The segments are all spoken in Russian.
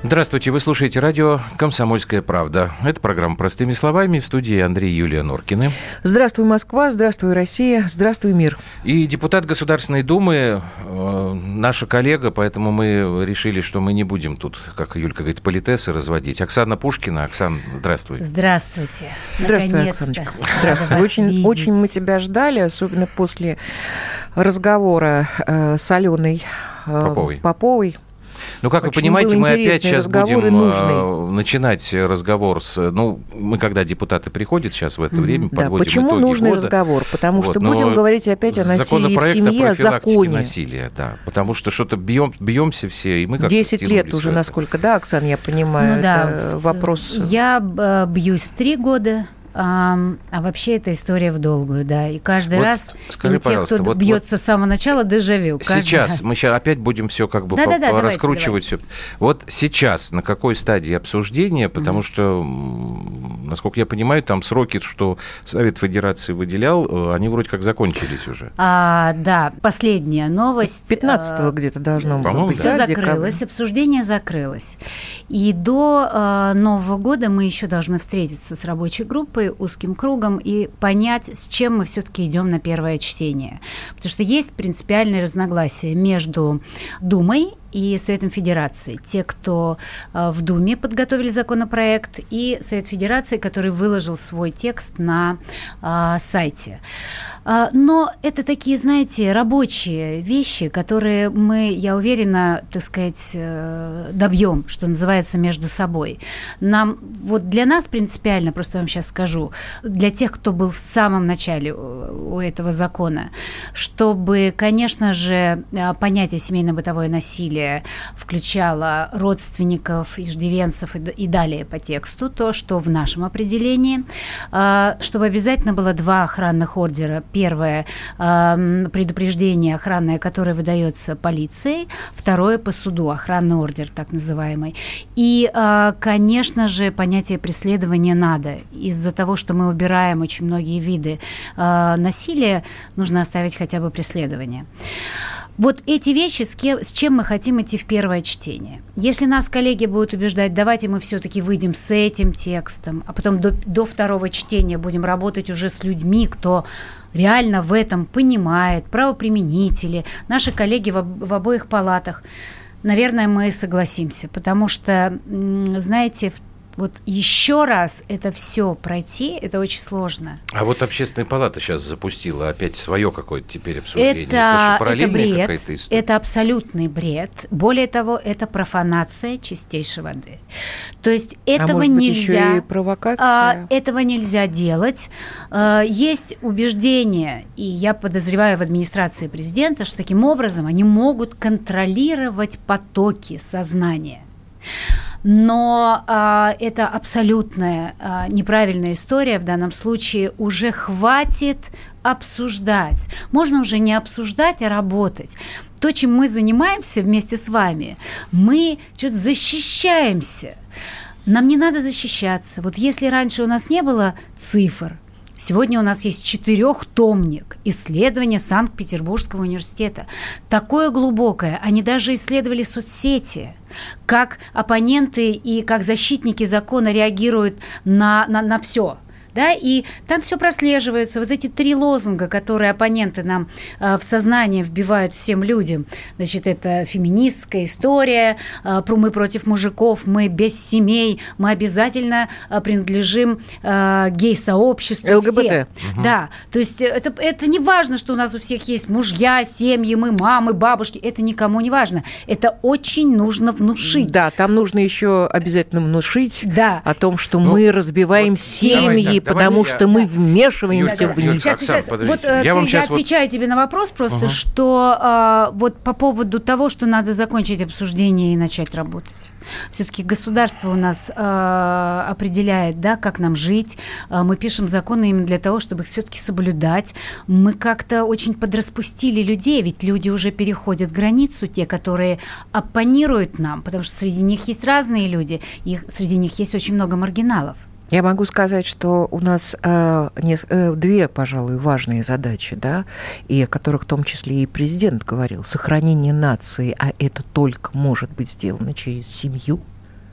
Здравствуйте, вы слушаете радио «Комсомольская правда». Это программа «Простыми словами». В студии Андрей и Юлия Норкины. Здравствуй, Москва, здравствуй, Россия, здравствуй, мир. И депутат Государственной Думы, наша коллега, поэтому мы решили, что мы не будем тут, как Юлька говорит, политесы разводить. Оксана Пушкина. Оксан, здравствуй. Здравствуйте. Здравствуй, Оксаночка. Здравствуй. Очень мы тебя ждали, особенно после разговора с Аленой Поповой. Ну, как очень вы понимаете, мы опять сейчас будем начинать разговор с... Ну, мы когда депутаты приходят сейчас в это время, подводим почему итоги нужный года. Разговор? Потому что будем говорить опять о насилии в семье, о законе. Насилия, да. Потому что что-то бьемся все, и мы как-то 10 лет уже, насколько, да, Оксана, я понимаю, это вопрос... Я бьюсь 3 года. А вообще это история в долгую, да. И каждый раз, скажи, и те, кто бьется с самого начала, дежавю. Сейчас мы опять будем все как бы раскручивать. Давайте. Вот сейчас на какой стадии обсуждения, потому что, насколько я понимаю, там сроки, что Совет Федерации выделял, они вроде как закончились уже. Да, последняя новость. 15-го где-то должно быть. Все закрылось, обсуждение закрылось. И до Нового года мы еще должны встретиться с рабочей группой, узким кругом и понять, с чем мы все-таки идем на первое чтение. Потому что есть принципиальные разногласия между Думой и Советом Федерации. Те, кто в Думе подготовили законопроект, и Совет Федерации, который выложил свой текст на сайте. Но это такие, знаете, рабочие вещи, которые мы, я уверена, так сказать, добьем, что называется, между собой. Для нас принципиально, просто вам сейчас скажу, для тех, кто был в самом начале у этого закона, чтобы, конечно же, понятие семейно-бытовое насилие включало родственников, иждивенцев и далее по тексту, то, что в нашем определении, чтобы обязательно было 2 охранных ордера. Первое – предупреждение охранное, которое выдается полицией. Второе – по суду, охранный ордер, так называемый. И, конечно же, понятие преследования надо. Из-за того, что мы убираем очень многие виды насилия, нужно оставить хотя бы преследование. Вот эти вещи, с чем мы хотим идти в первое чтение. Если нас коллеги будут убеждать, давайте мы все-таки выйдем с этим текстом, а потом до второго чтения будем работать уже с людьми, кто реально в этом понимает, правоприменители, наши коллеги в обоих палатах, наверное, мы согласимся, потому что, знаете, вот еще раз это все пройти, это очень сложно. А вот Общественная палата сейчас запустила опять свое какое-то теперь обсуждение. Это параллельная какая-то история. Это абсолютный бред. Более того, это профанация чистейшей воды. То есть этого может быть, нельзя. Еще и провокация? Этого нельзя делать. Есть убеждение, и я подозреваю в администрации президента, что таким образом они могут контролировать потоки сознания. Но это абсолютная неправильная история. В данном случае уже хватит обсуждать. Можно уже не обсуждать, а работать. То, чем мы занимаемся вместе с вами, мы что-то защищаемся. Нам не надо защищаться. Вот если раньше у нас не было цифр, сегодня у нас есть 4-томник исследования Санкт-Петербургского университета. Такое глубокое. Они даже исследовали соцсети, как оппоненты и как защитники закона реагируют на все. Да, и там все прослеживается. Вот эти 3 лозунга, которые оппоненты нам в сознание вбивают всем людям. Значит, это феминистская история, мы против мужиков, мы без семей, мы обязательно принадлежим гей-сообществу. ЛГБТ. Все. Да, то есть это не важно, что у нас у всех есть мужья, семьи, мы мамы, бабушки. Это никому не важно. Это очень нужно внушить. Да, там нужно еще обязательно внушить о том, что мы разбиваем семьи, потому что мы вмешиваемся в них. Сейчас. Вот я отвечаю тебе на вопрос просто, что вот по поводу того, что надо закончить обсуждение и начать работать. Все-таки государство у нас определяет, да, как нам жить. Мы пишем законы именно для того, чтобы их все-таки соблюдать. Мы как-то очень подраспустили людей, ведь люди уже переходят границу, те, которые оппонируют нам, потому что среди них есть разные люди, и среди них есть очень много маргиналов. Я могу сказать, что у нас 2, пожалуй, важные задачи, да, и о которых в том числе и президент говорил. Сохранение нации, а это только может быть сделано через семью,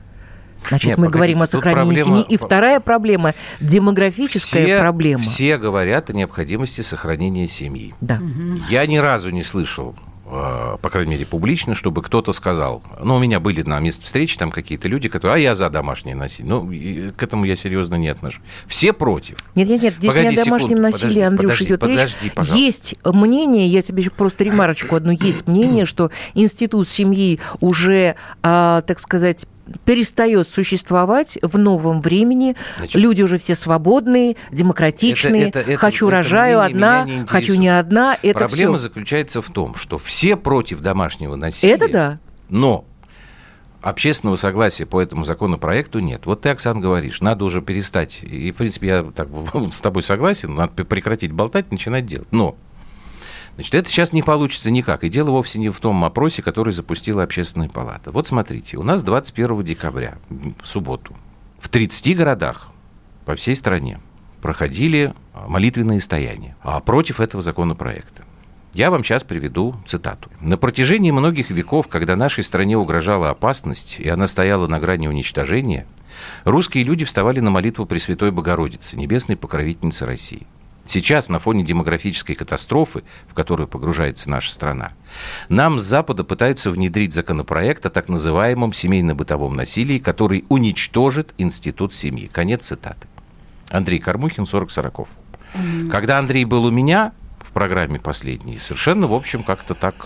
Значит, мы говорим о сохранении семьи. И вторая проблема – демографическая проблема. Все говорят о необходимости сохранения семьи. Да. Я ни разу не слышал, по крайней мере, публично, чтобы кто-то сказал. У меня были на месте встречи там какие-то люди, которые, я за домашнее насилие. К этому я серьезно не отношусь. Все против. Нет, здесь не о домашнем насилии, Андрюш, идет речь. Пожалуйста. Есть мнение, я тебе еще просто ремарочку одну, есть мнение, что институт семьи уже, так сказать, перестает существовать в новом времени. Значит, люди уже все свободные, демократичные. Хочу рожаю одна, хочу не одна. Проблема заключается в том, что все против домашнего насилия. Это да. Но общественного согласия по этому законопроекту нет. Вот ты, Оксана, говоришь, надо уже перестать. И, в принципе, я так с тобой согласен, надо прекратить болтать, начинать делать. Но значит, это сейчас не получится никак. И дело вовсе не в том опросе, который запустила Общественная палата. Вот смотрите, у нас 21 декабря, в субботу, в 30 городах по всей стране проходили молитвенные стояния против этого законопроекта. Я вам сейчас приведу цитату. «На протяжении многих веков, когда нашей стране угрожала опасность, и она стояла на грани уничтожения, русские люди вставали на молитву Пресвятой Богородицы, небесной покровительницы России. Сейчас, на фоне демографической катастрофы, в которую погружается наша страна, нам с Запада пытаются внедрить законопроект о так называемом семейно-бытовом насилии, который уничтожит институт семьи». Конец цитаты. Андрей Кормухин, 40-40. Когда Андрей был у меня в программе последней, совершенно, в общем, как-то так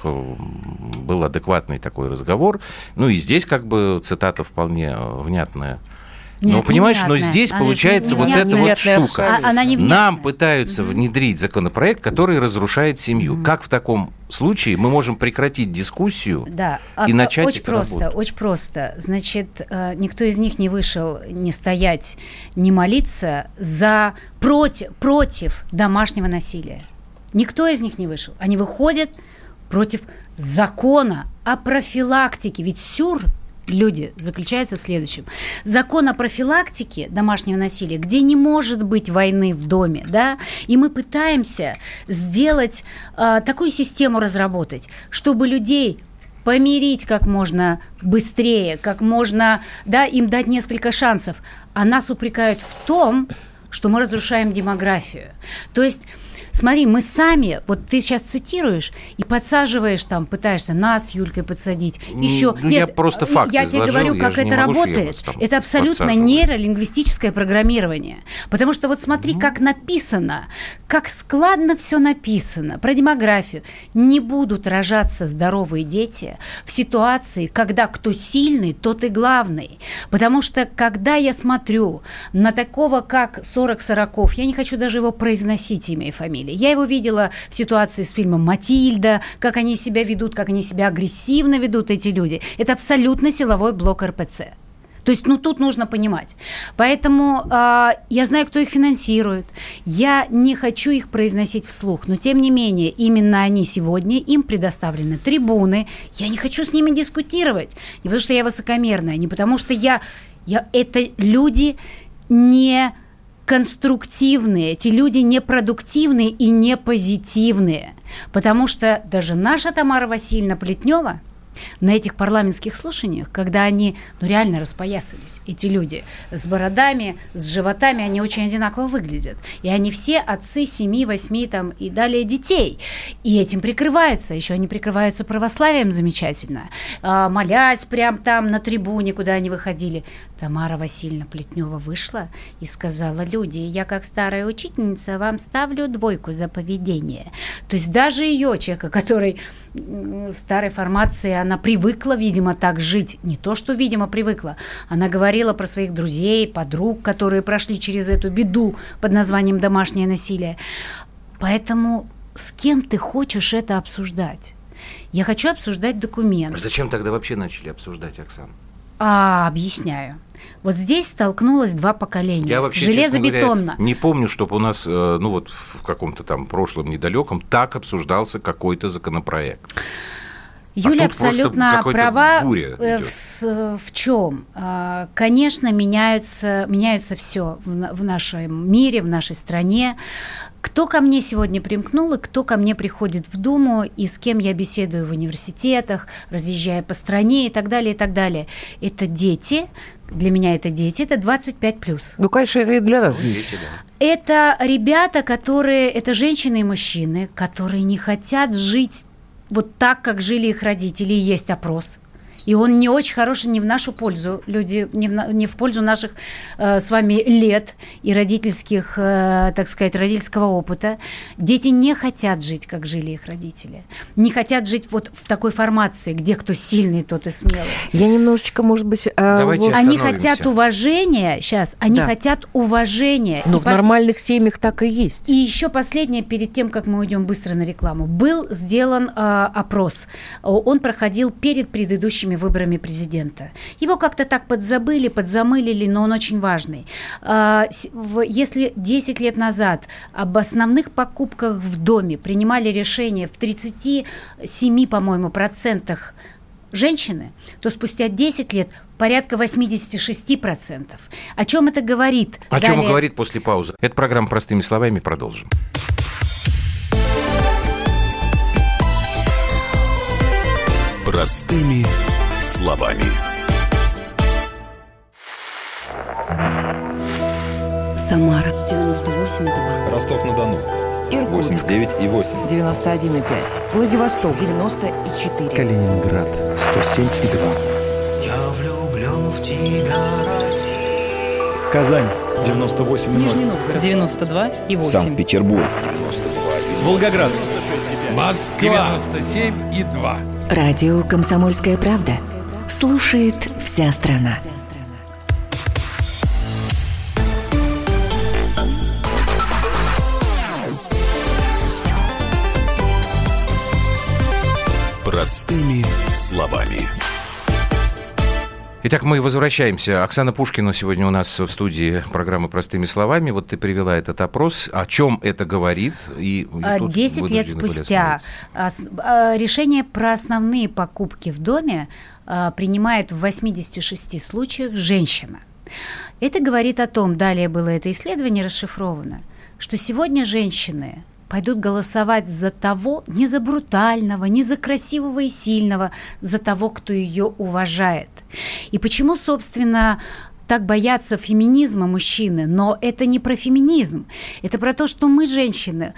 был адекватный такой разговор. И здесь как бы цитата вполне внятная. Но, понимаешь, но здесь получается вот эта вот штука. Нам пытаются внедрить законопроект, который разрушает семью. Как в таком случае мы можем прекратить дискуссию и начать очень просто, очень просто. Значит, никто из них не вышел не стоять, не молиться против домашнего насилия. Никто из них не вышел. Они выходят против закона о профилактике. Ведь люди, заключается в следующем. Закон о профилактике домашнего насилия, где не может быть войны в доме, да, и мы пытаемся сделать, такую систему разработать, чтобы людей помирить как можно быстрее, как можно, им дать несколько шансов. А нас упрекают в том, что мы разрушаем демографию. То есть, смотри, мы сами, вот ты сейчас цитируешь и подсаживаешь там, пытаешься нас с Юлькой подсадить. Еще нет, я просто факт я тебе говорю, как это работает. Это абсолютно нейролингвистическое программирование. Потому что вот смотри, как написано, как складно все написано про демографию. Не будут рожаться здоровые дети в ситуации, когда кто сильный, тот и главный. Потому что, когда я смотрю на такого, как 40-40, я не хочу даже его произносить, имя и фамилию. Я его видела в ситуации с фильмом «Матильда», как они себя ведут, как они себя агрессивно ведут, эти люди. Это абсолютно силовой блок РПЦ. То есть, тут нужно понимать. Поэтому я знаю, кто их финансирует. Я не хочу их произносить вслух, но, тем не менее, именно они сегодня, им предоставлены трибуны. Я не хочу с ними дискутировать. Не потому, что я высокомерная, не потому, что это люди не конструктивные, эти люди непродуктивные и не позитивные. Потому что даже наша Тамара Васильевна Плетнева на этих парламентских слушаниях, когда они реально распоясались, эти люди с бородами, с животами, они очень одинаково выглядят. И они все отцы 7, 8 там, и далее детей. И этим прикрываются. Еще они прикрываются православием замечательно. Молясь прям там на трибуне, куда они выходили. Тамара Васильевна Плетнева вышла и сказала: люди, я как старая учительница вам ставлю 2 за поведение. То есть даже ее, человека, который старой формации, она привыкла, видимо, так жить. Не то, что, видимо, привыкла. Она говорила про своих друзей, подруг, которые прошли через эту беду под названием домашнее насилие. Поэтому с кем ты хочешь это обсуждать? Я хочу обсуждать документ. Зачем тогда вообще начали обсуждать, Оксана? Объясняю. Вот здесь столкнулось 2 поколения. Я вообще, железобетонно. Не помню, чтобы у нас, в каком-то там прошлом недалеком так обсуждался какой-то законопроект. Юля абсолютно права. В чем? Конечно, меняется все в нашем мире, в нашей стране. Кто ко мне сегодня примкнул, и кто ко мне приходит в Думу, и с кем я беседую в университетах, разъезжая по стране и так далее, и так далее. Это дети, для меня это дети, это 25+. Ну, конечно, это и для нас дети. Это ребята, это женщины и мужчины, которые не хотят жить вот так, как жили их родители. Есть опрос. И он не очень хороший не в нашу пользу. Люди не в пользу наших с вами лет и родительских, так сказать, родительского опыта. Дети не хотят жить, как жили их родители. Не хотят жить вот в такой формации, где кто сильный, тот и смелый. Я немножечко, может быть... Они хотят уважения, хотят уважения. Но в нормальных семьях так и есть. И еще последнее, перед тем, как мы уйдем быстро на рекламу. Был сделан опрос. Он проходил перед предыдущими выборами президента. Его как-то так подзамылили, но он очень важный. Если 10 лет назад об основных покупках в доме принимали решение в 37, по-моему, процентах женщины, то спустя 10 лет порядка 86%. О чем это говорит? О чем он говорит после паузы. Это программа «Простыми словами». Продолжим. Простыми словами. Самара 98,2. Ростов-на-Дону. Иркутск 89,8. 91,5. Владивосток 94. Калининград 107,2. Я влюблен в тебя, Россия. Казань 98,0. Нижний Новгород 92,8. Санкт-Петербург 92,1. Волгоград 96,5. Москва 97,2. Радио «Комсомольская правда». Слушает вся страна. Простыми словами. Итак, мы возвращаемся. Оксана Пушкина сегодня у нас в студии программы «Простыми словами». Вот ты привела этот опрос. О чем это говорит? 10 лет спустя решение про основные покупки в доме принимает в 86 случаях женщина. Это говорит о том, далее было это исследование расшифровано, что сегодня женщины пойдут голосовать за того, не за брутального, не за красивого и сильного, за того, кто ее уважает. И почему, собственно, так боятся феминизма мужчины? Но это не про феминизм, это про то, что мы, женщины,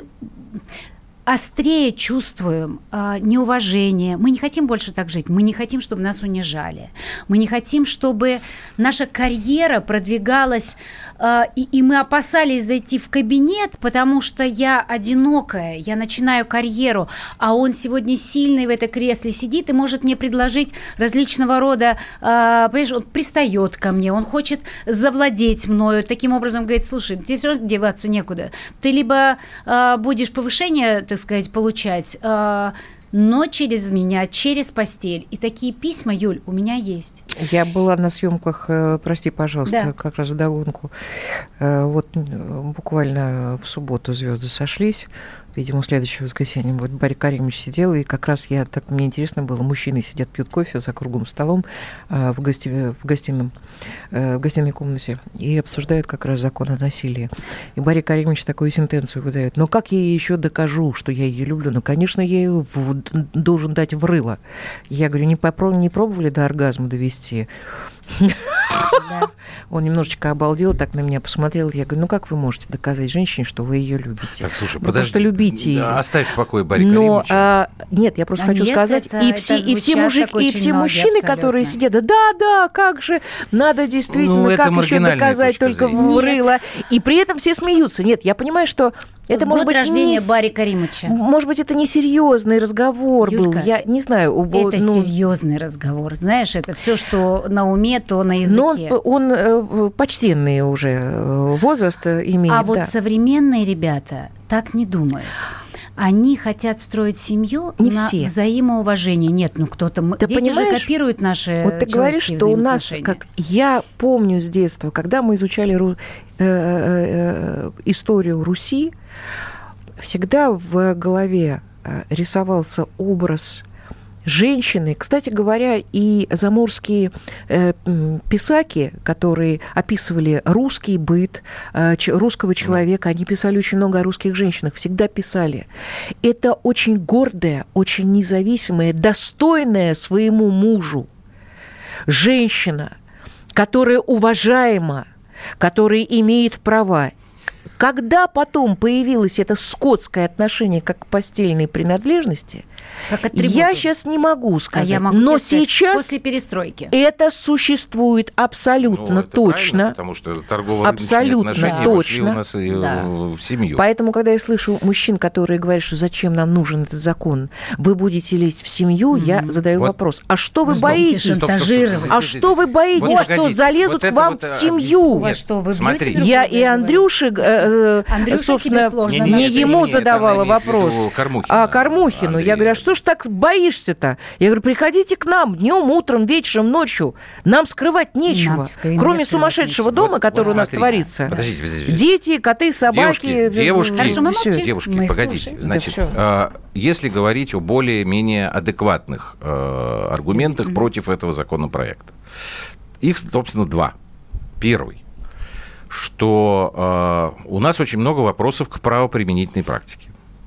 острее чувствуем неуважение. Мы не хотим больше так жить. Мы не хотим, чтобы нас унижали. Мы не хотим, чтобы наша карьера продвигалась, и мы опасались зайти в кабинет, потому что я одинокая, я начинаю карьеру, а он сегодня сильный в этом кресле сидит и может мне предложить различного рода, понимаешь, он пристает ко мне, он хочет завладеть мною, таким образом говорит: слушай, тебе все равно деваться некуда. Ты либо будешь повышение, так сказать, получать, но через меня, через постель. И такие письма, Юль, у меня есть. Я была на съемках, прости, пожалуйста, да, как раз вдогонку. Вот буквально в субботу звезды сошлись. Видимо, в следующее воскресенье вот Барри Каримович сидел, и как раз мне интересно было, мужчины сидят, пьют кофе за круглым столом в гостиной комнате и обсуждают как раз закон о насилии. И Барри Каримович такую сентенцию выдает: но как я ей еще докажу, что я ее люблю? Ну, конечно, я ее должен дать в рыло. Я говорю: не пробовали до оргазма довести? Да. Он немножечко обалдел, так на меня посмотрел. Я говорю: ну как вы можете доказать женщине, что вы ее любите? Так, слушай, вы просто любите ее. Оставь в покое Барри Каримовича. Нет, я просто хочу сказать, и все мужики, и все мужчины, абсолютно, которые сидят, да, как же, надо действительно, как еще доказать, только в рыло. И при этом все смеются. Нет, я понимаю, что это может быть рождения Барри Каримовича. Может быть, это не серьезный разговор, Юлька, был. Я не знаю. Это серьезный разговор. Знаешь, это все, что на уме, то на языке. Но он почтенный уже возраст имеет. А вот современные ребята так не думают. Они хотят строить семью на взаимоуважении. Нет, кто-то... Ты дети понимаешь, же копируют наши вот ты говоришь, что у нас, я помню с детства, когда мы изучали историю Руси, всегда в голове рисовался образ женщины. Кстати говоря, и заморские писаки, которые описывали русский быт русского человека, они писали очень много о русских женщинах, всегда писали. Это очень гордая, очень независимая, достойная своему мужу женщина, которая уважаема, которая имеет права. Когда потом появилось это скотское отношение как к постельной принадлежности, я сейчас не могу сказать, я могу но сказать, сейчас после перестройки это существует абсолютно это точно, потому что торгово-рыночные абсолютно отношения точно. вошли у нас в семью. Поэтому, когда я слышу мужчин, которые говорят, что зачем нам нужен этот закон, вы будете лезть в семью, я задаю вопрос: а что вы боитесь? А что вы боитесь, что залезут к вам в семью? Смотри, Я и Андрюше, собственно, не ему задавала вопрос, а Кормухину. Я говорю, а что ж так боишься-то? Я говорю, приходите к нам днем, утром, вечером, ночью. Нам скрывать нечего. Кроме сумасшедшего дома, который у нас творится. Подождите. Дети, коты, собаки. Девушки, погодите. Значит, если говорить о более-менее адекватных аргументах против этого законопроекта, их, собственно, два. Первый, что у нас очень много вопросов к правоприменительной практике.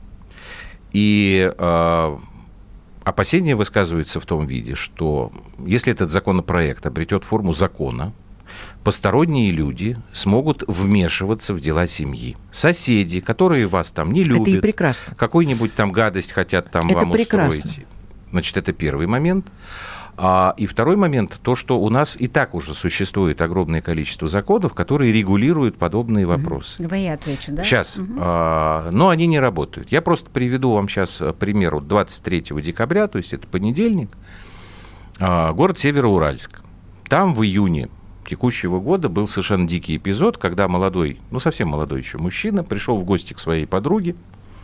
И опасения высказываются в том виде, что если этот законопроект обретет форму закона, посторонние люди смогут вмешиваться в дела семьи. Соседи, которые вас там не любят, это и прекрасно. Какую-нибудь там гадость хотят там это вам прекрасно. устроить. Значит, это первый момент. И второй момент, то, что у нас и так уже существует огромное количество законов, которые регулируют подобные вопросы. Давай я отвечу, да? Сейчас. Но они не работают. Я просто приведу вам сейчас пример. 23 декабря, то есть это понедельник, город Североуральск. Там в июне текущего года был совершенно дикий эпизод, когда молодой, совсем молодой еще мужчина пришел в гости к своей подруге.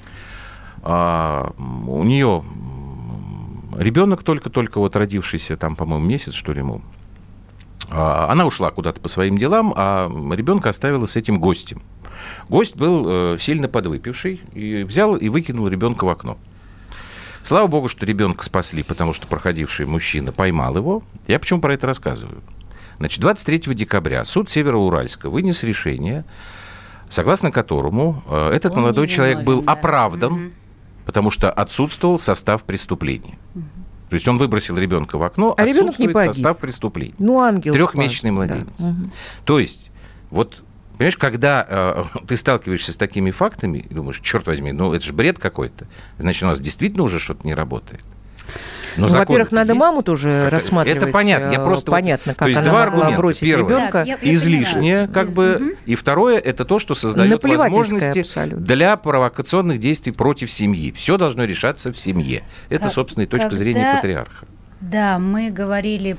У нее ребенок только-только вот родившийся, там, по-моему, месяц, что ли, ему. Она ушла куда-то по своим делам, а ребенка оставила с этим гостем. Гость был сильно подвыпивший и взял и выкинул ребенка в окно. Слава богу, что ребенка спасли, потому что проходивший мужчина поймал его. Я почему про это рассказываю? Значит, 23 декабря суд Североуральска вынес решение, согласно которому этот молодой человек был оправдан, потому что отсутствовал состав преступления. То есть он выбросил ребенка в окно, а отсутствует состав преступления. Ангел 3-месячный младенец. Да. То есть, вот, понимаешь, когда ты сталкиваешься с такими фактами, и думаешь, черт возьми, это же бред какой-то, значит, у нас действительно уже что-то не работает. Во-первых, надо маму тоже рассматривать. Это понятно. Понятно, как она могла бросить ребенка. Излишнее, и второе, это то, что создает возможности для провокационных действий против семьи. Все должно решаться в семье. Это, собственно, и точка зрения патриарха. Да, мы говорили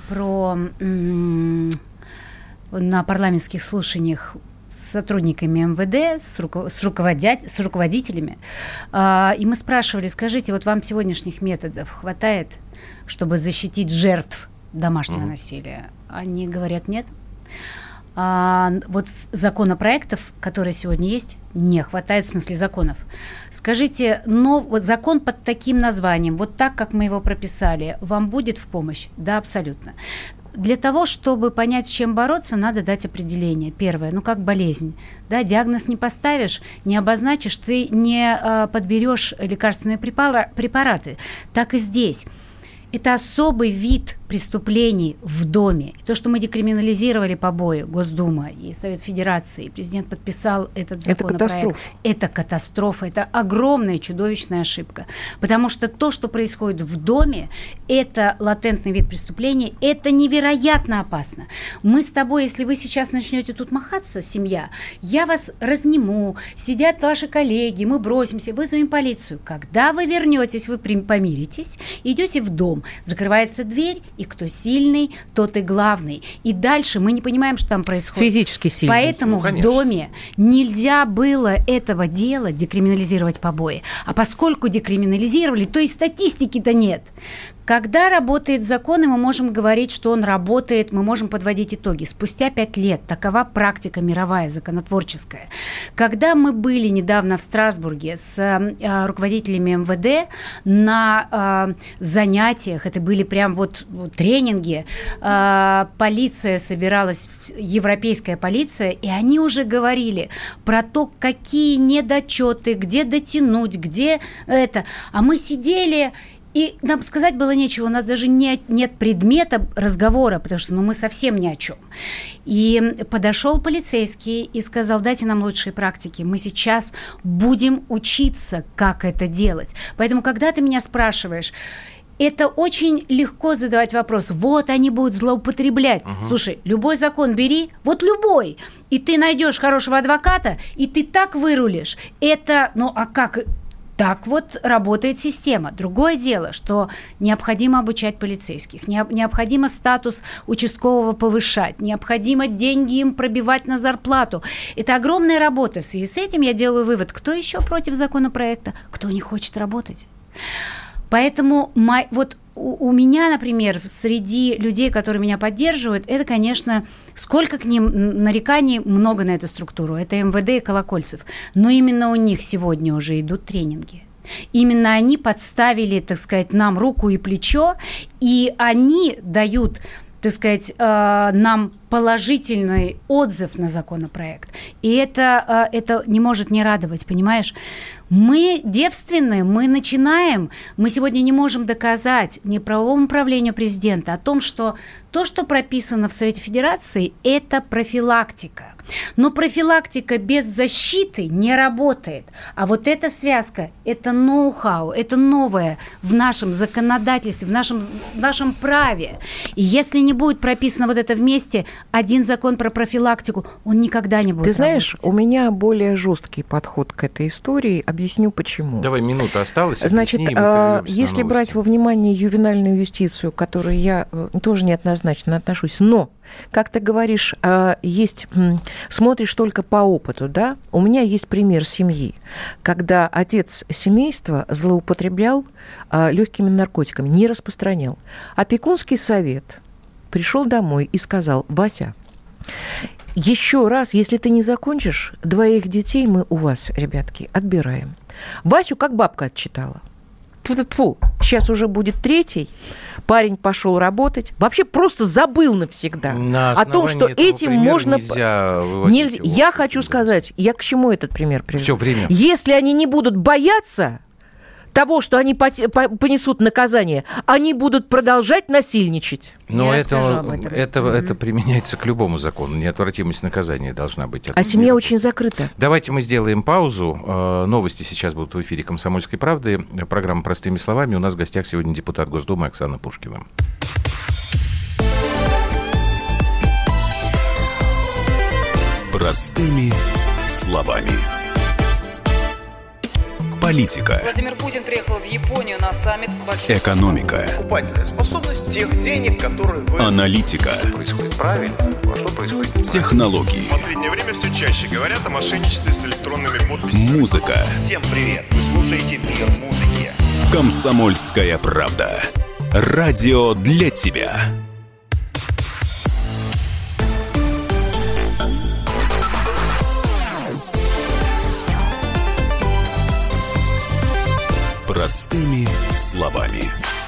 на парламентских слушаниях с сотрудниками МВД, с руководителями, и мы спрашивали, скажите, вот вам сегодняшних методов хватает, чтобы защитить жертв домашнего насилия? Они говорят, нет. Вот законопроектов, которые сегодня есть, не хватает, в смысле законов. Скажите, но вот закон под таким названием, вот так, как мы его прописали, вам будет в помощь? Да, абсолютно. Для того, чтобы понять, с чем бороться, надо дать определение. Первое, как болезнь. Да, диагноз не поставишь, не обозначишь, ты не подберешь лекарственные препараты. Так и здесь. Это особый вид преступлений в доме. То, что мы декриминализировали побои, Госдума и Совет Федерации, президент подписал этот законопроект. Это катастрофа, это огромная чудовищная ошибка. Потому что то, что происходит в доме, это латентный вид преступления, это невероятно опасно. Мы с тобой, если вы сейчас начнете тут махаться, семья, я вас разниму, сидят ваши коллеги, мы бросимся, вызовем полицию. Когда вы вернетесь, вы помиритесь, идете в дом, закрывается дверь, и кто сильный, тот и главный. И дальше мы не понимаем, что там происходит. Физически сильный. Поэтому в доме нельзя было этого делать, декриминализировать побои. А поскольку декриминализировали, то и статистики-то нет. Когда работает закон, и мы можем говорить, что он работает, мы можем подводить итоги. Спустя 5 лет, такова практика мировая, законотворческая. Когда мы были недавно в Страсбурге с руководителями МВД на занятиях, это были прям тренинги, полиция собиралась, европейская полиция, и они уже говорили про то, какие недочеты, где дотянуть, где это. А мы сидели И нам сказать было нечего, у нас даже нет предмета разговора, потому что мы совсем ни о чем. И подошел полицейский и сказал: дайте нам лучшие практики, мы сейчас будем учиться, как это делать. Поэтому, когда ты меня спрашиваешь, это очень легко задавать вопрос. Вот они будут злоупотреблять. Слушай, любой закон бери, вот любой, и ты найдешь хорошего адвоката, и ты так вырулишь. Это, а как... Так вот работает система. Другое дело, что необходимо обучать полицейских, необходимо статус участкового повышать, необходимо деньги им пробивать на зарплату. Это огромная работа. В связи с этим я делаю вывод, кто еще против законопроекта, кто не хочет работать. Поэтому у меня, например, среди людей, которые меня поддерживают, это, конечно, сколько к ним нареканий, много на эту структуру. Это МВД и Колокольцев. Но именно у них сегодня уже идут тренинги. Именно они подставили, так сказать, нам руку и плечо, и они дают, так сказать, нам положительный отзыв на законопроект. И это не может не радовать, понимаешь? Мы девственны, мы начинаем, мы сегодня не можем доказать ни правовому управлению президента о том, что то, что прописано в Совете Федерации, это профилактика. Но профилактика без защиты не работает. А вот эта связка, это ноу-хау, это новое в нашем законодательстве, в нашем праве. И если не будет прописано вот это вместе, один закон про профилактику, он никогда не будет Ты знаешь, работать. У меня более жесткий подход к этой истории. Объясню, почему. Давай, минута осталась. Значит, если брать во внимание ювенальную юстицию, к которой я тоже неоднозначно отношусь, но, как ты говоришь, смотришь только по опыту, да? У меня есть пример семьи, когда отец семейства злоупотреблял легкими наркотиками, не распространял. Опекунский совет пришел домой и сказал: Вася, еще раз, если ты не закончишь, 2 детей мы у вас, ребятки, отбираем. Васю как бабка отчитала. Фу, сейчас уже будет 3-й, парень пошел работать, вообще просто забыл навсегда о том, что этим можно... Нельзя. Я хочу сказать, я к чему этот пример приведу? Все время. Если они не будут бояться того, что они понесут наказание, они будут продолжать насильничать. Но это применяется к любому закону. Неотвратимость наказания должна быть. А семья очень закрыта. Давайте мы сделаем паузу. Новости сейчас будут в эфире «Комсомольской правды». Программа «Простыми словами». У нас в гостях сегодня депутат Госдумы Оксана Пушкина. Простыми словами. Политика. Владимир Путин приехал в Японию на саммит большой... Экономика. Покупательная способность тех денег, которые вы... Аналитика. Что происходит правильно, а что происходит неправильно. Технологии. В последнее время все чаще говорят о мошенничестве с электронными подписями. Музыка. Всем привет! Вы слушаете «Мир музыки». «Комсомольская правда». Радио для тебя. Простыми словами.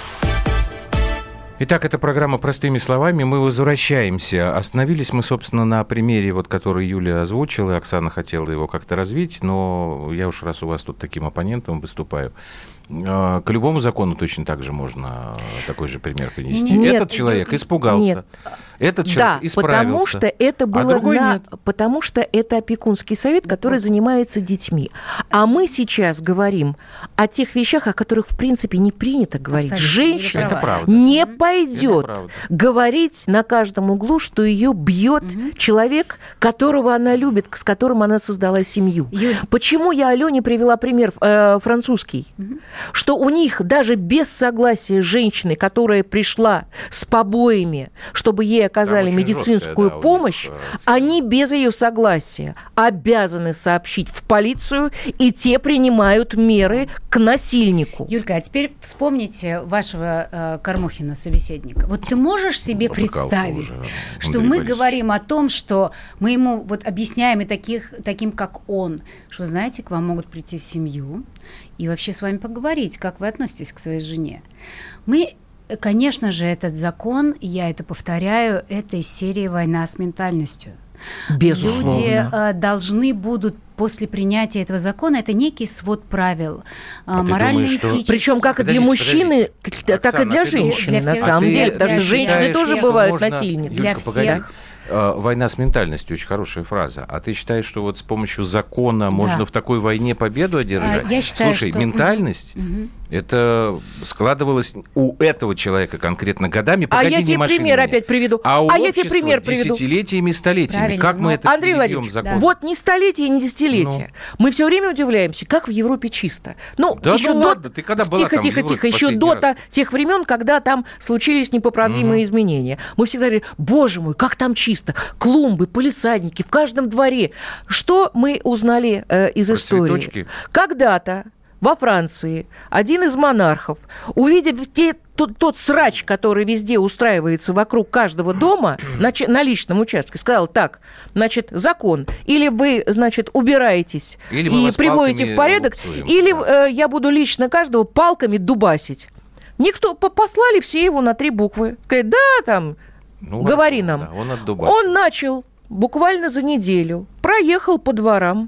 Итак, это программа «Простыми словами». Мы возвращаемся. Остановились мы, собственно, на примере, который Юлия озвучила, и Оксана хотела его как-то развить, но я уж раз у вас тут таким оппонентом выступаю. К любому закону точно так же можно такой же пример принести. Нет, этот человек испугался. Нет. Этот человек исправился. Потому что это было потому что это опекунский совет, который занимается детьми. А мы сейчас говорим о тех вещах, о которых, в принципе, не принято говорить. Абсолютно. Женщина не пойдет говорить на каждом углу, что ее бьет человек, которого она любит, с которым она создала семью. Почему я Алене привела пример французский? Что у них даже без согласия женщины, которая пришла с побоями, чтобы ей оказали медицинскую помощь, они без ее согласия обязаны сообщить в полицию, и те принимают меры к насильнику. Юлька, а теперь вспомните вашего Кормухина, собеседника. Вот ты можешь себе представить, что мы говорим о том, что мы ему объясняем и таким, как он, что, знаете, к вам могут прийти в семью и вообще с вами поговорить, как вы относитесь к своей жене. Конечно же, этот закон, я это повторяю, это из серии «Война с ментальностью». Безусловно. Люди должны будут после принятия этого закона, это некий свод правил, морально-этических. Причем как для мужчины, так и для женщины, на самом деле. Потому что женщины тоже бывают насильницами. Для всех. Война с ментальностью, очень хорошая фраза. А ты считаешь, что вот с помощью закона можно в такой войне победу одержать? Я считаю, Слушай, ментальность, это складывалось у этого человека конкретно годами. А я тебе пример опять приведу. А я тебе пример приведу. Десятилетиями, столетиями. Правильно, как мы это Андрей Владимирович, закон? вот не столетия, не десятилетия. Мы все время удивляемся, как в Европе чисто. Ладно, ты когда была там в Европе еще до тех времен, когда там случились непоправимые изменения. Мы всегда говорили, боже мой, как там чисто. Клумбы, палисадники в каждом дворе. Что мы узнали из истории? Цветочки. Когда-то во Франции один из монархов, увидев тот срач, который везде устраивается вокруг каждого дома на личном участке, сказал так, значит, закон. Или вы, значит, убираетесь и приводите в порядок, или я буду лично каждого палками дубасить. Никто, послали все его на 3 буквы. Говорит, да, там... говори нам. Да, он начал буквально за неделю, проехал по дворам,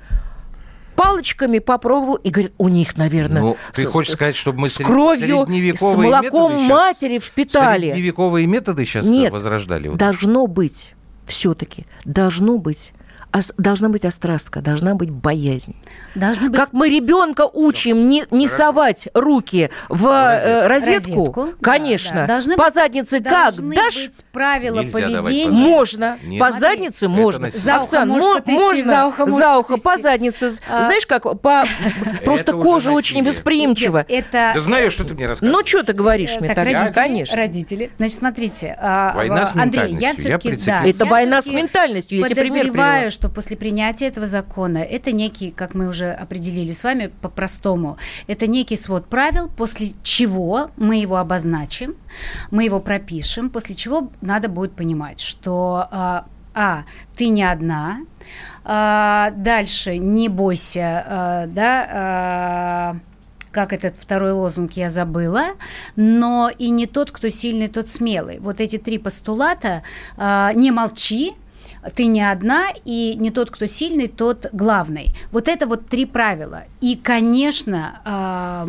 палочками попробовал, и говорит, у них, наверное, ты хочешь сказать, чтобы мы с кровью, с молоком матери впитали. Средневековые методы сейчас возрождали? Нет, должно быть, все-таки, должна быть острастка, должна быть боязнь. Как мы ребенка учим не совать руки в розетку, конечно. По заднице как? Должны быть правила поведения. Можно. По заднице можно. Оксана, можно за ухо, по заднице. Знаешь, как? Просто кожа очень восприимчива. Да знаешь, что ты мне рассказываешь. Ну, что ты говоришь мне тогда? Конечно. Родители. Значит, смотрите. Война с ментальностью. Это война с ментальностью. Я тебе пример привела. Что после принятия этого закона это некий, как мы уже определили с вами по-простому, это некий свод правил, после чего мы его обозначим, мы его пропишем, после чего надо будет понимать, что ты не одна, дальше не бойся, как этот второй лозунг я забыла, но и не тот, кто сильный, тот смелый. Вот эти 3 постулата: не молчи, ты не одна, и не тот, кто сильный, тот главный. Вот это вот 3 правила. И, конечно,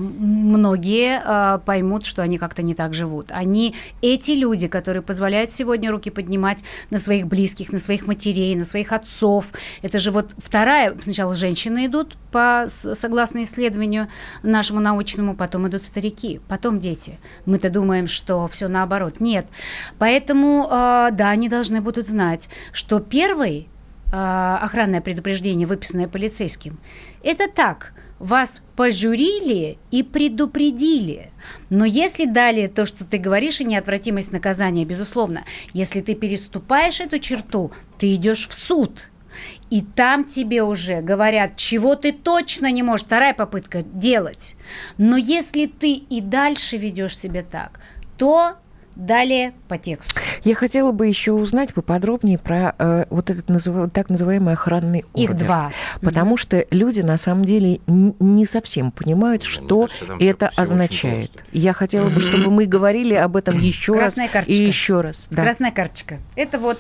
многие поймут, что они как-то не так живут. Эти люди, которые позволяют сегодня руки поднимать на своих близких, на своих матерей, на своих отцов. Это же вот вторая, сначала женщины идут, согласно исследованию нашему научному, потом идут старики, потом дети. Мы-то думаем, что все наоборот. Нет. Поэтому, да, они должны будут знать, что первое охранное предупреждение, выписанное полицейским, это так, вас пожурили и предупредили. Но если далее то, что ты говоришь, и неотвратимость наказания, безусловно, если ты переступаешь эту черту, ты идешь в суд, и там тебе уже говорят, чего ты точно не можешь, вторая попытка делать. Но если ты и дальше ведешь себя так, то далее по тексту. Я хотела бы еще узнать поподробнее про вот этот так называемый охранный ордер. Их 2. Потому что люди на самом деле не совсем понимают, что это означает. Я хотела бы, чтобы мы говорили об этом еще раз и еще раз. Да. Красная карточка. Это вот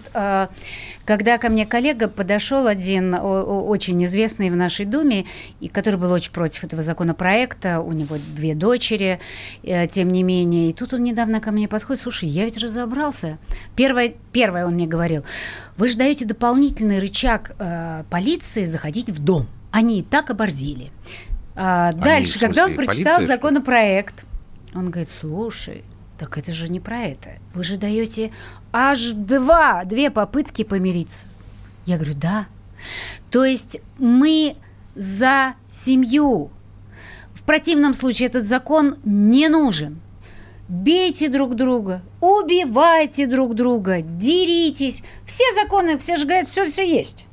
когда ко мне коллега подошел один очень известный в нашей Думе, и который был очень против этого законопроекта, у него 2 дочери, тем не менее, и тут он недавно ко мне подходит: слушай, я ведь разобрался. Первое он мне говорил: вы же даете дополнительный рычаг полиции заходить в дом. Они и так оборзели. Дальше, когда он прочитал законопроект, он говорит: слушай, так это же не про это. Вы же даете аж 2 попытки помириться. Я говорю: да. То есть мы за семью. В противном случае этот закон не нужен. Бейте друг друга, убивайте друг друга, деритесь. Все законы, все же говорят, все есть.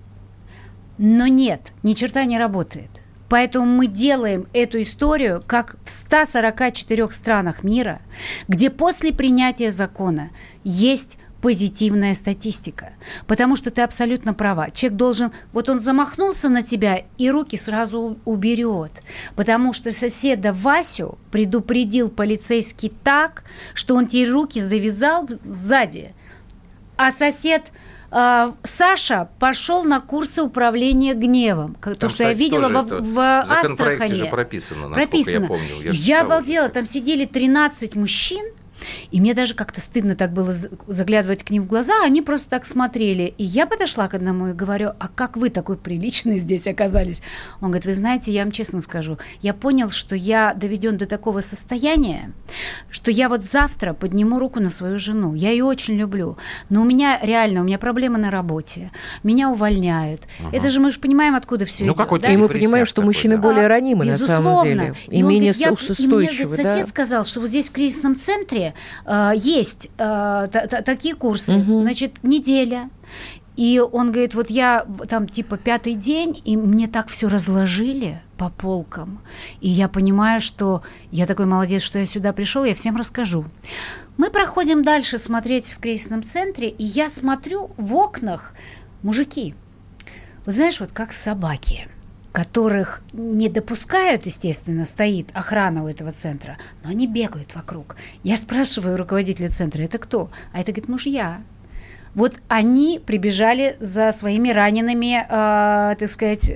Но нет, ни черта не работает. Поэтому мы делаем эту историю, как в 144 странах мира, где после принятия закона есть позитивная статистика. Потому что ты абсолютно права. Человек должен... Вот он замахнулся на тебя и руки сразу уберет. Потому что соседа Васю предупредил полицейский так, что он тебе руки завязал сзади. А сосед Саша пошел на курсы управления гневом. То, там, что я видела в Астрахани. В законопроекте же прописано, насколько я помню. Я обалдела, там сидели 13 мужчин, и мне даже как-то стыдно так было заглядывать к ним в глаза, они просто так смотрели. И я подошла к одному и говорю: а как вы такой приличный здесь оказались? Он говорит: вы знаете, я вам честно скажу, я понял, что я доведен до такого состояния, что я вот завтра подниму руку на свою жену. Я ее очень люблю, но у меня проблемы на работе, меня увольняют. Это же мы же понимаем, откуда все идет. Да? И мы понимаем, что мужчины более ранимы на самом деле, и менее устойчивы. И мне сосед сказал, что вот здесь в кризисном центре есть такие курсы, значит, неделя. И он говорит: вот я там типа 5-й день, и мне так все разложили по полкам. И я понимаю, что я такой молодец, что я сюда пришел, я всем расскажу. Мы проходим дальше смотреть в кризисном центре, и я смотрю в окнах мужики. Вот знаешь, вот как собаки, которых не допускают, естественно, стоит охрана у этого центра, но они бегают вокруг. Я спрашиваю руководителя центра: это кто? А это, говорит, мужья. Вот они прибежали за своими ранеными, так сказать,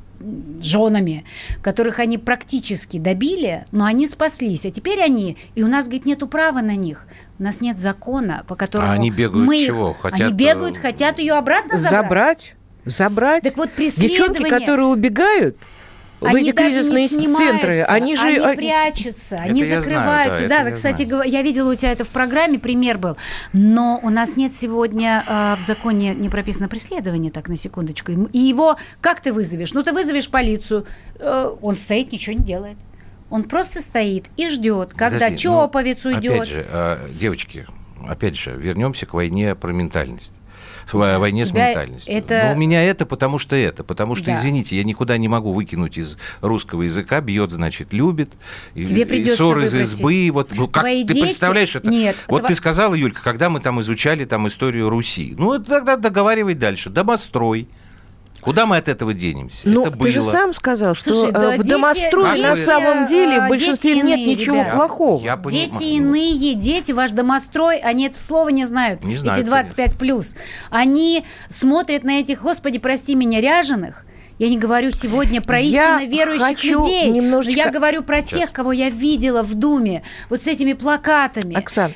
женами, которых они практически добили, но они спаслись. А теперь они, и у нас, говорит, нету права на них. У нас нет закона, по которому они бегают чего? Они бегают, хотят ее обратно забрать. Так вот, девчонки, которые убегают в эти кризисные центры, они прячутся, они закрываются. Да, кстати, я видела у тебя это в программе, пример был. Но у нас нет сегодня в законе не прописано преследование, так, на секундочку. И его как ты вызовешь? Ну, ты вызовешь полицию, он стоит, ничего не делает. Он просто стоит и ждет, когда чоповец уйдет. Опять же, девочки, вернемся к войне про ментальность. В войне с ментальностью. Но у меня потому что, извините, я никуда не могу выкинуть из русского языка: бьет, значит, любит, тебе придется ссор из избы. Вот, как ты представляешь это? Нет. Вот ты сказала, Юлька, когда мы там изучали историю Руси. Ну, тогда договаривай дальше. Домострой. Куда мы от этого денемся? Ну, это было. Ты же сам сказал, что в домострое на самом деле в большинстве нет ничего плохого. Дети иные, дети, ваш домострой, они это слова не знают, эти 25+. Они смотрят на этих, господи, прости меня, ряженых. Я не говорю сегодня про истинно верующих людей, но я говорю про тех, кого я видела в Думе, вот с этими плакатами. Оксан.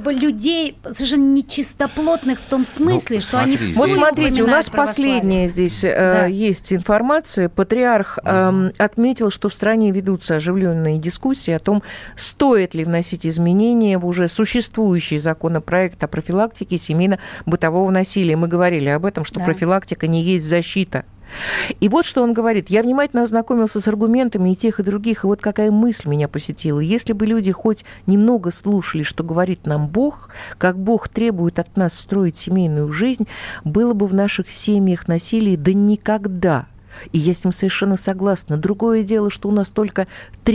Людей совершенно нечистоплотных в том смысле, что они все Вот смотрите, у нас последняя здесь есть информация. Патриарх отметил, что в стране ведутся оживленные дискуссии о том, стоит ли вносить изменения в уже существующий законопроект о профилактике семейно-бытового насилия. Мы говорили об этом, что профилактика не есть защита. И вот что он говорит. Я внимательно ознакомился с аргументами и тех, и других, и вот какая мысль меня посетила. Если бы люди хоть немного слушали, что говорит нам Бог, как Бог требует от нас строить семейную жизнь, было бы в наших семьях насилие да никогда. И я с ним совершенно согласна. Другое дело, что у нас только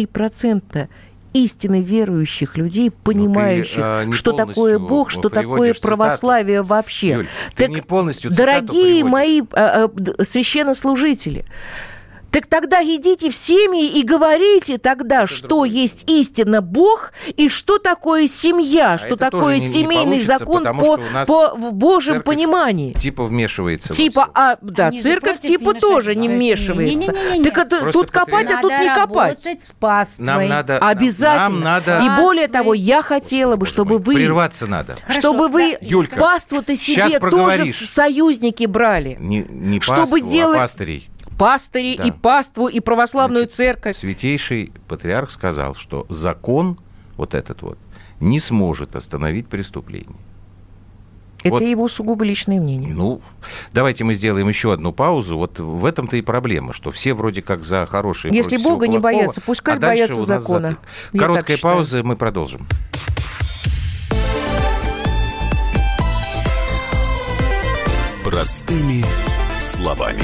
3% истинно верующих людей, понимающих, что такое Бог, что такое православие вообще. Юль, так, не полностью дорогие мои священнослужители, так тогда идите в семьи и говорите тогда, что есть истинно Бог и что такое семья, что такое семейный закон по Божьем понимании. Типа вмешивается. Церковь типа тоже не вмешивается. Так тут копать, а тут не копать. С паствой. Нам надо, обязательно. И более того, я хотела бы, чтобы вы... Прерваться надо. Чтобы вы паству-то себе тоже в союзники брали. Не паству, а пастырей. Пастыри, и паству, и православную церковь. Святейший патриарх сказал, что закон вот этот не сможет остановить преступление. Это его сугубо личное мнение. Ну, давайте мы сделаем еще одну паузу. Вот в этом-то и проблема, что все вроде как за хорошие. Если Бога не боятся, пускай боятся закона. Короткая пауза, мы продолжим. Простыми словами.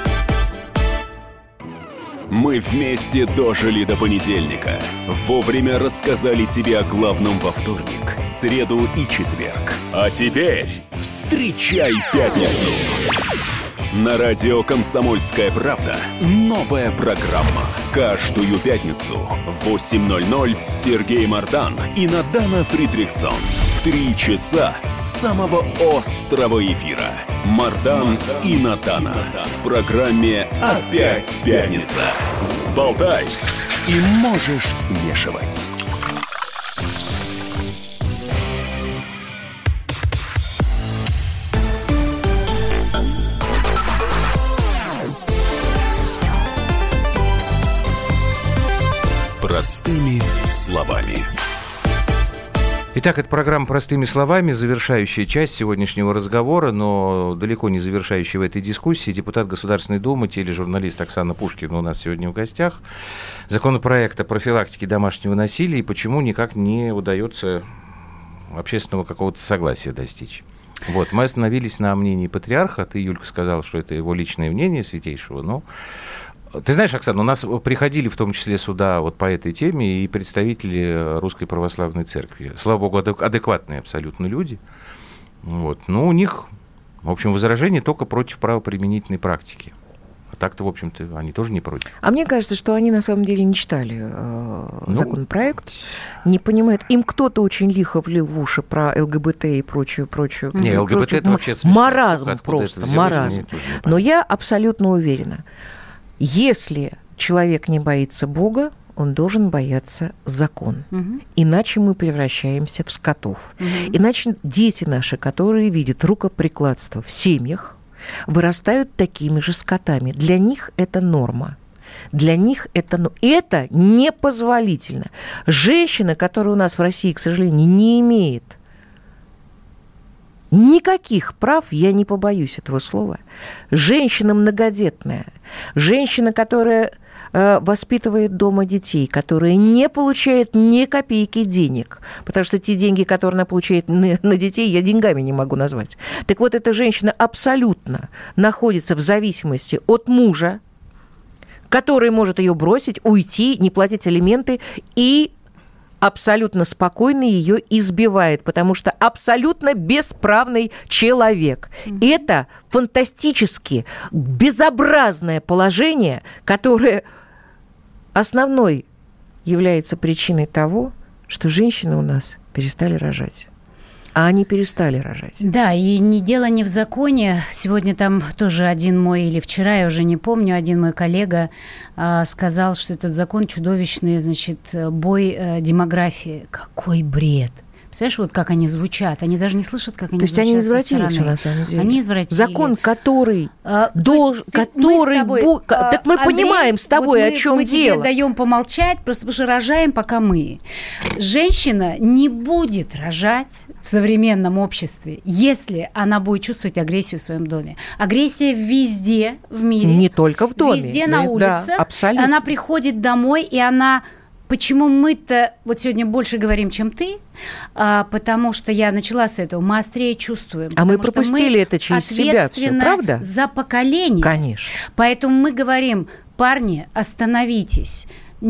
Мы вместе дожили до понедельника. Вовремя рассказали тебе о главном во вторник, среду и четверг. А теперь встречай пятницу. На радио «Комсомольская правда» новая программа. Каждую пятницу в 8:00 Сергей Мардан и Надана Фридрихсон 3 часа самого острого эфира. Мардан и Натана. В программе «Опять пятница». Взболтай и можешь смешивать. Простыми словами. Итак, это программа «Простыми словами», завершающая часть сегодняшнего разговора, но далеко не завершающая в этой дискуссии. Депутат Государственной Думы, тележурналист Оксана Пушкина у нас сегодня в гостях. Законопроект о профилактике домашнего насилия и почему никак не удается общественного какого-то согласия достичь. Вот, мы остановились на мнении патриарха. Ты, Юлька, сказала, что это его личное мнение святейшего, но... Ты знаешь, Оксана, у нас приходили в том числе сюда вот по этой теме и представители Русской Православной Церкви. Слава Богу, адекватные абсолютно люди. Вот. Но у них, в общем, возражение только против правоприменительной практики. А так-то, в общем-то, они тоже не против. А мне кажется, что они на самом деле не читали законопроект, не понимают. Им кто-то очень лихо влил в уши про ЛГБТ и прочую. Не, ЛГБТ это вообще смешно. Маразм просто, маразм. Но я абсолютно уверена. Если человек не боится Бога, он должен бояться закон. Иначе мы превращаемся в скотов. Иначе дети наши, которые видят рукоприкладство в семьях, вырастают такими же скотами. Для них это норма. Для них это непозволительно. Женщина, которая у нас в России, к сожалению, не имеет никаких прав, я не побоюсь этого слова. Женщина многодетная, женщина, которая воспитывает дома детей, которая не получает ни копейки денег, потому что те деньги, которые она получает на детей, я деньгами не могу назвать. Так вот, эта женщина абсолютно находится в зависимости от мужа, который может ее бросить, уйти, не платить алименты и абсолютно спокойно ее избивает, потому что абсолютно бесправный человек. Это фантастически безобразное положение, которое основной является причиной того, что женщины у нас перестали рожать. А они перестали рожать. Да, и дело не в законе. Сегодня там тоже один мой, или вчера, я уже не помню, один мой коллега сказал, что этот закон чудовищный, значит, бой демографии. Какой бред! Представляешь, вот как они звучат? Они даже не слышат, как они звучат. То есть они извратили все на самом деле. Они извратили. Закон, который должен... Так мы понимаем с тобой, о чем дело. Мы тебе даем помолчать, просто потому что рожаем, пока мы. Женщина не будет рожать в современном обществе, если она будет чувствовать агрессию в своем доме. Агрессия везде в мире. Не только в доме. Везде на улице. Да, абсолютно. Она приходит домой, и она... Почему мы-то вот сегодня больше говорим, чем ты? Потому что я начала с этого. Мы острее чувствуем. А мы пропустили это через себя все, правда? За поколение. Конечно. Поэтому мы говорим, парни, остановитесь.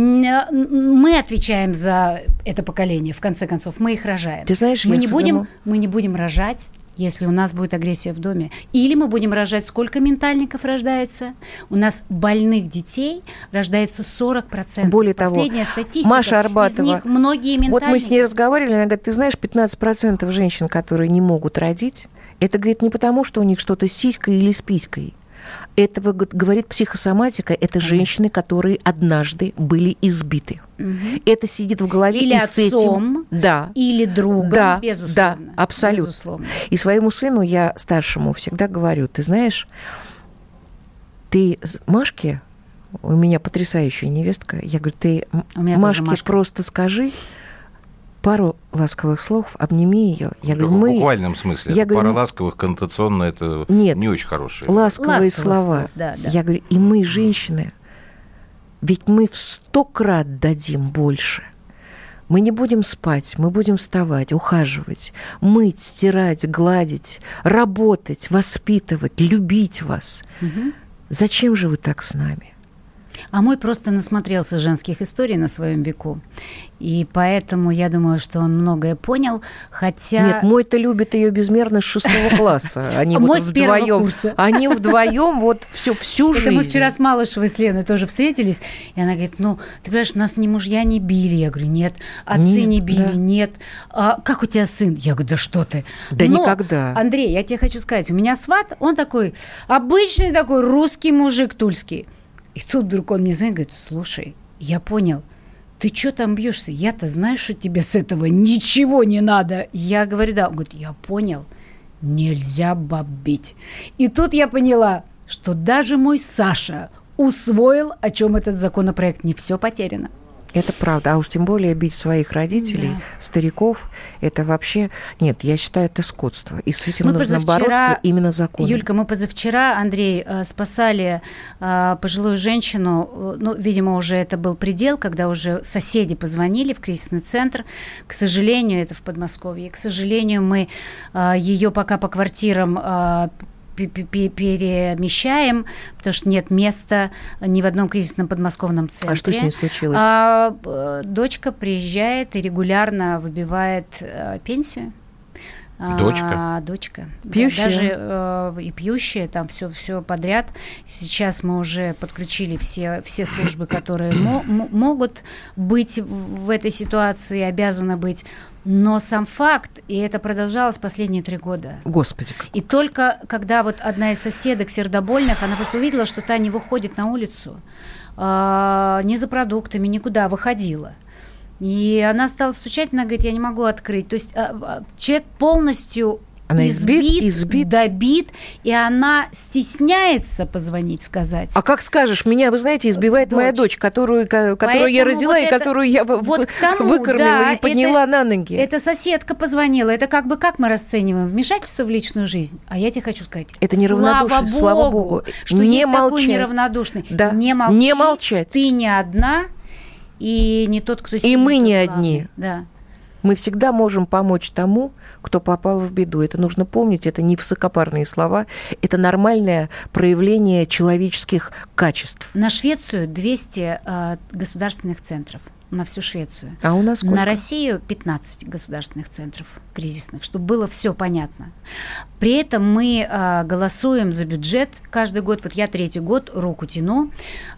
Мы отвечаем за это поколение, в конце концов. Мы их рожаем. Ты знаешь, мы не будем рожать, если у нас будет агрессия в доме. Или мы будем рожать, сколько ментальников рождается. У нас больных детей рождается 40%. Более того, последняя статистика, Маша Арбатова, из них многие ментальники. Вот мы с ней разговаривали, она говорит, ты знаешь, 15% женщин, которые не могут родить, это, говорит, не потому, что у них что-то с сиськой или с писькой. Это, говорит, психосоматика, это женщины, которые однажды были избиты. Это сидит в голове или и отцом, с этим... Да. Или другом, да, безусловно. Да, абсолютно. Безусловно. И своему сыну, я старшему, всегда говорю, ты знаешь, ты Машке, у меня потрясающая невестка, я говорю, ты Машке просто скажи пару ласковых слов, обними ее. Я говорю, в буквальном смысле. Пара ласковых, коннотационно, это не очень хорошие. Ласковые слова. Да. Я говорю, и мы, женщины, ведь мы в 100 крат дадим больше. Мы не будем спать, мы будем вставать, ухаживать, мыть, стирать, гладить, работать, воспитывать, любить вас. Зачем же вы так с нами? А мой просто насмотрелся женских историй на своем веку. И поэтому я думаю, что он многое понял, хотя... Нет, мой-то любит ее безмерно с 6 класса. Они вот вдвоем. Они вдвоем вот всю жизнь. Мы вчера с Малышевой с Леной тоже встретились, и она говорит, ну, ты понимаешь, нас ни мужья не били. Я говорю, нет. Отцы не били, да. Нет. А как у тебя сын? Я говорю, да что ты. Да но, никогда. Андрей, я тебе хочу сказать, у меня сват, он такой обычный такой русский мужик тульский. И тут вдруг он мне звонит, говорит, слушай, я понял, ты что там бьешься? Я-то знаю, что тебе с этого ничего не надо. Я говорю, да. Он говорит, я понял, нельзя баб бить. И тут я поняла, что даже мой Саша усвоил, о чем этот законопроект. Не все потеряно. Это правда. А уж тем более бить своих родителей, да. Стариков, это вообще... Нет, я считаю, это скотство. И с этим нужно бороться именно законом. Юлька, мы позавчера, Андрей, спасали пожилую женщину. Ну, видимо, уже это был предел, когда уже соседи позвонили в кризисный центр. К сожалению, это в Подмосковье. К сожалению, мы ее пока по квартирам... перемещаем, потому что нет места ни в одном кризисном подмосковном центре. А что с ней случилось? Дочка приезжает и регулярно выбивает пенсию. Дочка? Дочка. Пьющая? Даже и пьющая, там все подряд. Сейчас мы уже подключили все службы, которые могут быть в этой ситуации, обязаны быть. Но сам факт, и это продолжалось последние 3 года. Господи. И только когда вот одна из соседок сердобольных, она просто увидела, что та не выходит на улицу, ни за продуктами, никуда, выходила. И она стала стучать, она говорит, я не могу открыть. То есть человек полностью... Она избит, добит, и она стесняется позвонить, сказать. А как скажешь, меня, вы знаете, избивает моя дочь, которую я родила, и которую я выкормила и подняла на ноги. Это соседка позвонила. Это как мы расцениваем? Вмешательство в личную жизнь? А я тебе хочу сказать, это неравнодушие, слава Богу. Что не есть молчать. Такой неравнодушный. Да. Не молчать. Ты не одна, и не тот, кто... И мы не одни. Да. Мы всегда можем помочь тому, кто попал в беду. Это нужно помнить, это не высокопарные слова, это нормальное проявление человеческих качеств. На Швецию 200 государственных центров. На всю Швецию. А у нас сколько? На Россию 15 государственных центров кризисных, чтобы было все понятно. При этом мы голосуем за бюджет каждый год. Вот я 3-й год руку тяну,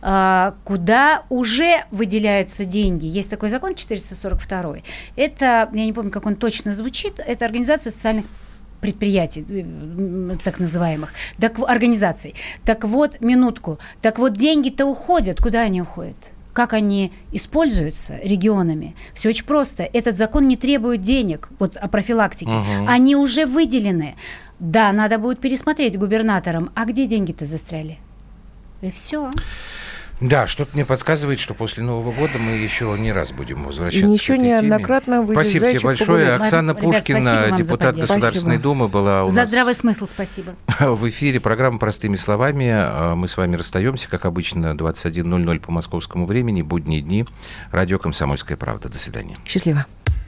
куда уже выделяются деньги. Есть такой закон 442. Это, я не помню, как он точно звучит, это организация социальных предприятий, так называемых, организаций. Так вот, минутку. Так вот, деньги-то уходят. Куда они уходят? Как они используются регионами? Все очень просто. Этот закон не требует денег, вот о профилактике. Угу. Они уже выделены. Да, надо будет пересмотреть губернаторам. А где деньги-то застряли? И все. Да, что-то мне подсказывает, что после Нового года мы еще не раз будем возвращаться еще к этой неоднократно теме. Спасибо тебе большое. Погулять. Оксана Пушкина, депутат Государственной Думы, была у нас. За здравый смысл спасибо. В эфире программа «Простыми словами». Мы с вами расстаемся, как обычно, 21:00 по московскому времени, будние дни. Радио «Комсомольская правда». До свидания. Счастливо.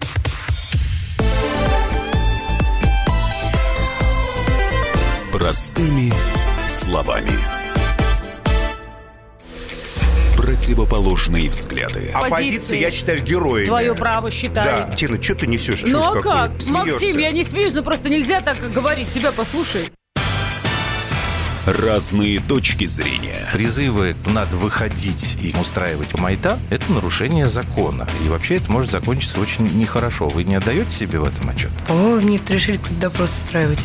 Простыми словами. Противоположные взгляды. Оппозиция, я считаю, героями. Твое право считаю. Да, Тина, что ты несешь? Ну а как? Максим, я не смеюсь, но просто нельзя так говорить. Себя послушай. Разные точки зрения. Призывы «надо выходить и устраивать майдан» — это нарушение закона. И вообще это может закончиться очень нехорошо. Вы не отдаете себе в этом отчет? По-моему, некоторые решили какой-то допрос устраивать.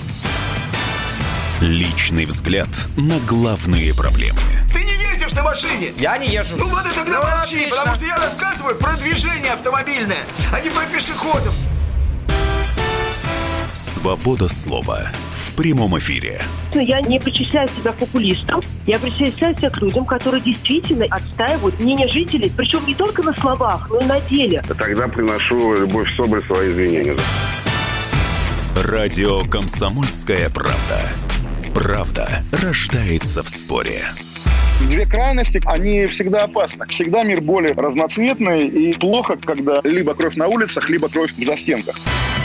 Личный взгляд на главные проблемы. Ты не ездишь на машине? Я не езжу. Ну вот и тогда молчи, потому что я рассказываю про движение автомобильное, а не про пешеходов. Свобода слова в прямом эфире. Я не причисляю себя к популистам. Я причисляю себя к людям, которые действительно отстаивают мнение жителей. Причем не только на словах, но и на деле. Тогда приношу Любовь Соболь свои извинения. Радио «Комсомольская правда». Правда рождается в споре. Две крайности, они всегда опасны. Всегда мир более разноцветный, и плохо, когда либо кровь на улицах, либо кровь в застенках.